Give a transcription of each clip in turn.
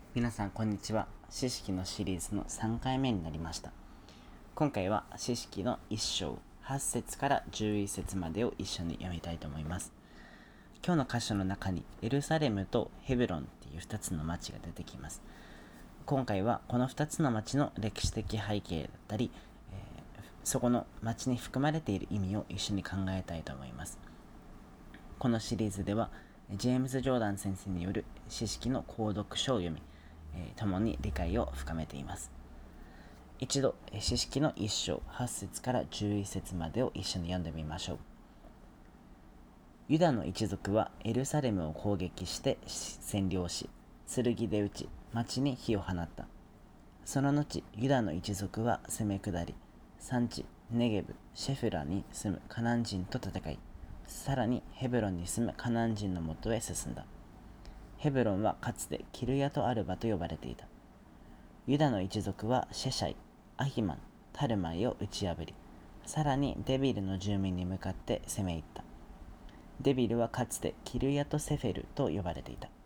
皆さんこんにちは。詩式のシリーズの3回目になりました。今回は詩式の1章8節から11節までを一緒に読みたいと思います。今日の箇所の中にエルサレムとヘブロンっていう2つの町が出てきます。今回はこの2つの町の歴史的背景だったり、そこの町に含まれている意味を一緒に考えたいと思います。このシリーズではジェームズ・ジョーダン先生による詩式の購読書を読み、共に理解を深めています。一度、詩式の1章8節から11節までを一緒に読んでみましょう。ユダの一族はエルサレムを攻撃して占領し、剣で撃ち、町に火を放った。その後、ユダの一族は攻め下り、産地ネゲブ、シェフラに住むカナン人と戦い、さらにヘブロンに住むカナン人のもとへ進んだ。ヘブロンはかつてキルヤトアルバと呼ばれていた。ユダの一族はシェシャイ、アヒマン、タルマイを打ち破り、さらにデビルの住民に向かって攻め入った。デビルはかつてキルヤトセフェルと呼ばれていた。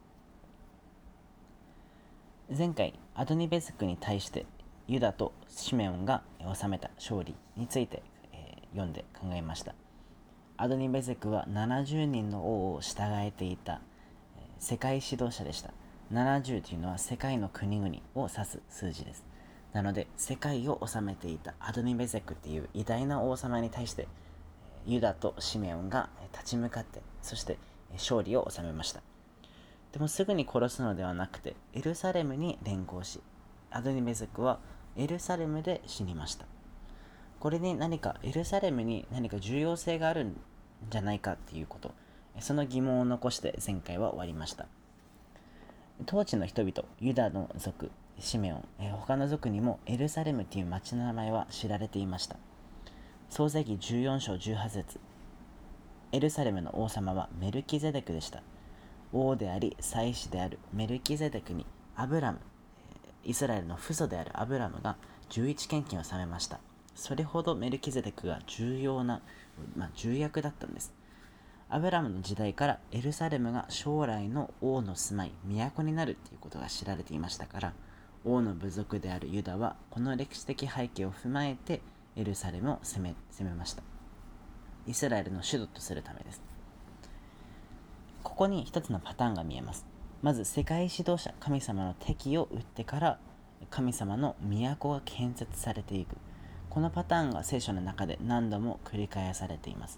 前回アドニベゼクに対してユダとシメオンが収めた勝利について、読んで考えました。アドニベゼクは70人の王を従えていた世界指導者でした。70というのは世界の国々を指す数字です。なので世界を治めていたアドニベゼクっていう偉大な王様に対してユダとシメオンが立ち向かって、そして勝利を収めました。でもすぐに殺すのではなくてエルサレムに連行し、アドニベゼクはエルサレムで死にました。これにエルサレムに何か重要性があるんじゃないかっていうこと、その疑問を残して前回は終わりました。当時の人々、ユダの族、シメオン、他の族にもエルサレムという町の名前は知られていました。創世記14章18節、エルサレムの王様はメルキゼデクでした。王であり祭司であるメルキゼデクにアブラム、イスラエルの父祖であるアブラムが11献金を納めました。それほどメルキゼデクが重要な、重役だったんです。アブラムの時代からエルサレムが将来の王の住まい、都になるということが知られていましたから、王の部族であるユダはこの歴史的背景を踏まえてエルサレムを攻めました。イスラエルの首都とするためです。ここに一つのパターンが見えます。まず世界指導者、神様の敵を撃ってから神様の都が建設されていく。このパターンが聖書の中で何度も繰り返されています。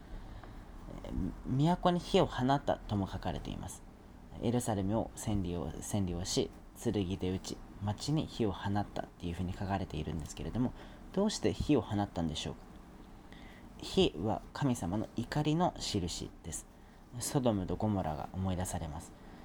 都に火を放ったとも書かれています。エルサレムを占領し、剣で撃ち、町に火を放ったっていうふうに書かれているんですけれども、どうして火を放ったんでしょうか。火は神様の怒りの印です。ソドムとゴモラが思い出されます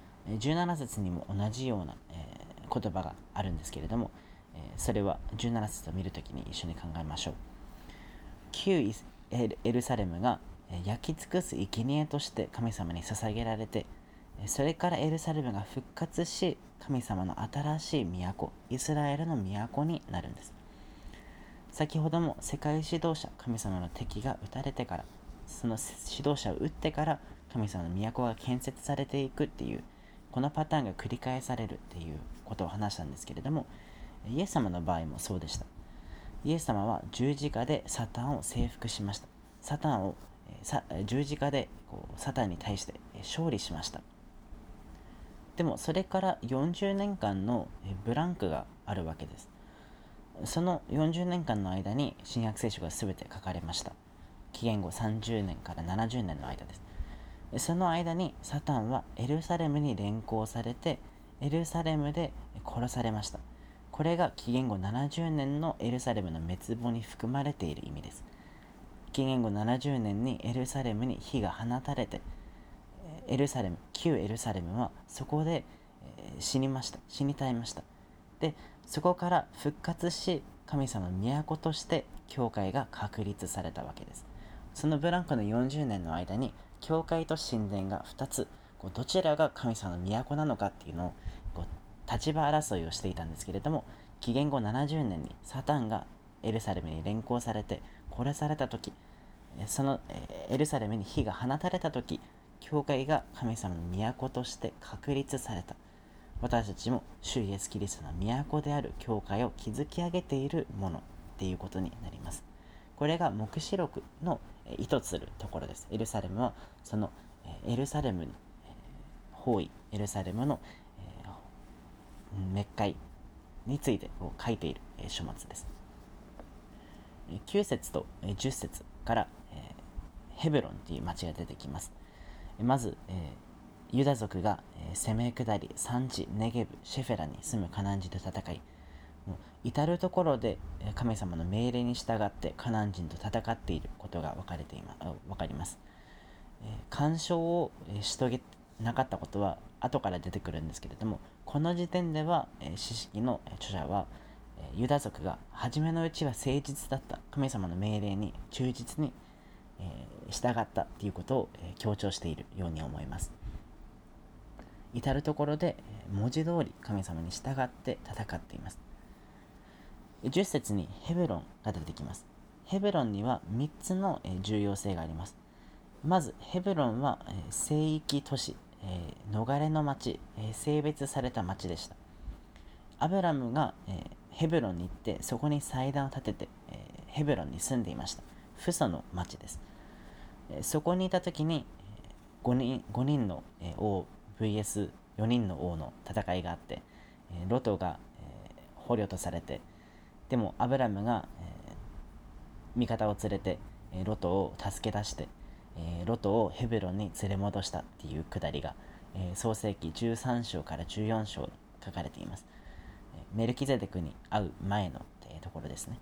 。17節にも同じような、言葉があるんですけれども、それは17節を見るときに一緒に考えましょう。旧エルサレムが焼き尽くす生贄として神様に捧げられて、それからエルサレムが復活し、神様の新しい都、イスラエルの都になるんです。先ほども世界指導者、神様の敵が撃たれてから、その指導者を撃ってから神様の都が建設されていくっていう、このパターンが繰り返されるっていうことを話したんですけれども、イエス様の場合もそうでした。イエス様は十字架でサタンを征服しました。サタンを十字架でサタンに対して勝利しました。でもそれから40年間のブランクがあるわけです。その40年間の間に新約聖書が全て書かれました。紀元後30年から70年の間です。その間にサタンはエルサレムに連行されて、エルサレムで殺されました。これが紀元後70年のエルサレムの滅亡に含まれている意味です。紀元後70年にエルサレムに火が放たれて、旧エルサレムはそこで死に絶えました。で、そこから復活し、神様の都として教会が確立されたわけです。そのブランクの40年の間に教会と神殿が2つ、どちらが神様の都なのかっていうのを立場争いをしていたんですけれども、紀元後70年にサタンがエルサレムに連行されて殺された時、そのエルサレムに火が放たれた時、教会が神様の都として確立された。 私たちも主イエスキリストの都である教会を築き上げているものっていうことになります。これが黙示録の意図するところです。エルサレムはそのエルサレムの包囲、エルサレムの滅会についてを書いている書物です。9節と10節からヘブロンという町が出てきます。まず、ユダ族が攻め下り産地ネゲブシェフェラに住むカナン人と戦い、至る所で神様の命令に従ってカナン人と戦っていることが分かります。干渉をし遂げなかったことは後から出てくるんですけれども、この時点では詩式の著者はユダ族が初めのうちは誠実だった、神様の命令に忠実に従ったということを強調しているように思います。至る所で文字通り神様に従って戦っています。10節にヘブロンが出てきます。ヘブロンには3つの重要性があります。まずヘブロンは聖域都市、逃れの町、性別された町でした。アブラムがヘブロンに行ってそこに祭壇を建ててヘブロンに住んでいました。父祖の町です。そこにいた時に5人の王 vs4 人の王の戦いがあって、ロトが捕虜とされて、でもアブラムが味方を連れてロトを助け出して、ロトをヘブロンに連れ戻したっていうくだりが創世記13章から14章に書かれています。メルキゼデクに会う前のところですね。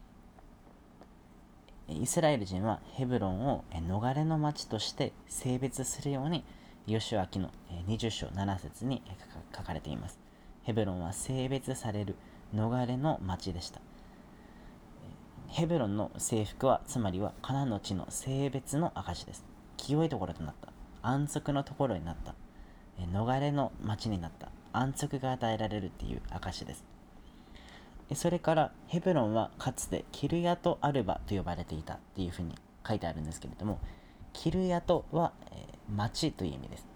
イスラエル人はヘブロンを逃れの町として性別するようにヨシュア記の20章7節に書かれています。ヘブロンは性別される逃れの町でした。ヘブロンの征服はつまりはカナンの地の性別の証です。清いところとなった、安息のところになった、逃れの町になった、安息が与えられるっていう証です。それからヘブロンはかつてキルヤトアルバと呼ばれていたっていうふうに書いてあるんですけれども、キルヤトは町という意味です。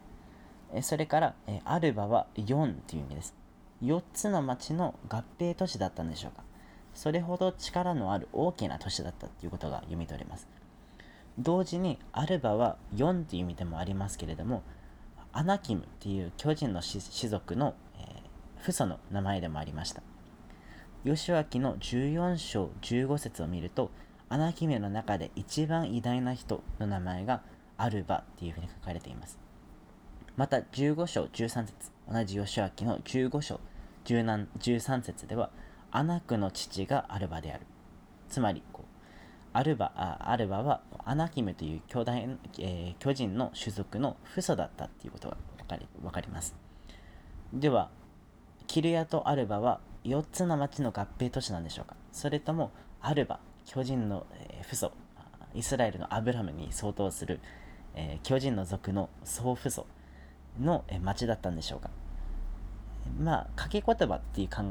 それからアルバは4という意味です。4つの町の合併都市だったんでしょうか。それほど力のある大きな都市だったということが読み取れます。同時にアルバは4という意味でもありますけれども、アナキムという巨人の氏族の、父祖の名前でもありました。ヨシュア記の14章15節を見ると、アナキムの中で一番偉大な人の名前がアルバというふうに書かれています。また15章13節、同じヨシュア記の15章13節では、アナクの父がアルバである。つまりアルバはアナキムという巨人の種族の父祖だったということが分かります。ではキルヤとアルバは4つの町の合併都市なんでしょうか。それともアルバ、巨人の父祖、イスラエルのアブラムに相当する巨人の族の曽父祖の町だったんでしょうか。掛け言葉っていう考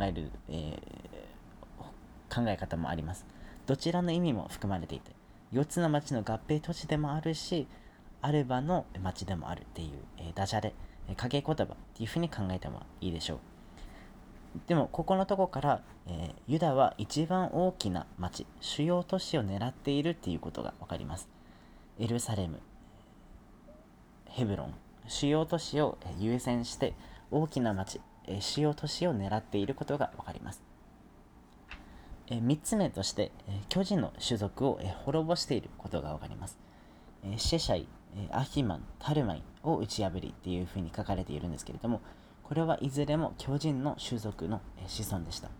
え方もあります。どちらの意味も含まれていて、4つの町の合併都市でもあるし、アルバの町でもあるっていう、ダジャレ、掛け言葉っていうふうに考えてもいいでしょう。でもここのとこから、ユダは一番大きな町、主要都市を狙っているっていうことが分かります。エルサレム、ヘブロン、主要都市を優先して大きな町、主要都市を狙っていることが分かります。3つ目として巨人の種族を滅ぼしていることが分かります。シェシャイ、アヒマン、タルマイを打ち破りっていうふうに書かれているんですけれども、これはいずれも巨人の種族の子孫でした。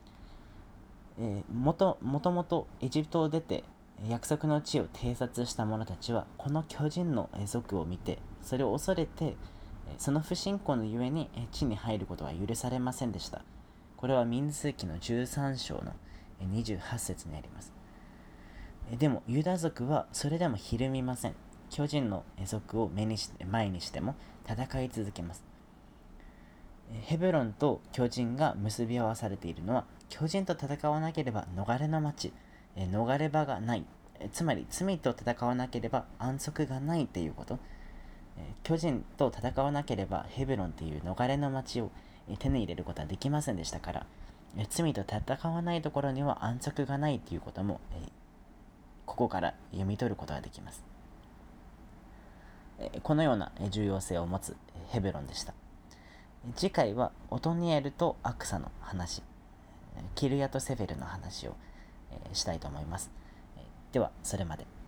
もともとエジプトを出て約束の地を偵察した者たちはこの巨人の族を見てそれを恐れて、その不信仰のゆえに地に入ることは許されませんでした。これは民数記の13章の28節にあります。でもユダ族はそれでもひるみません。巨人の族を前にしても戦い続けます。ヘブロンと巨人が結び合わされているのは、巨人と戦わなければ逃れの町、逃れ場がない、つまり罪と戦わなければ安息がないということ。巨人と戦わなければヘブロンという逃れの町を手に入れることはできませんでしたから、罪と戦わないところには安息がないということも、ここから読み取ることができます。このような重要性を持つヘブロンでした。次回はオトニエルとアクサの話、キルヤとセフェルの話をしたいと思います。ではそれまで。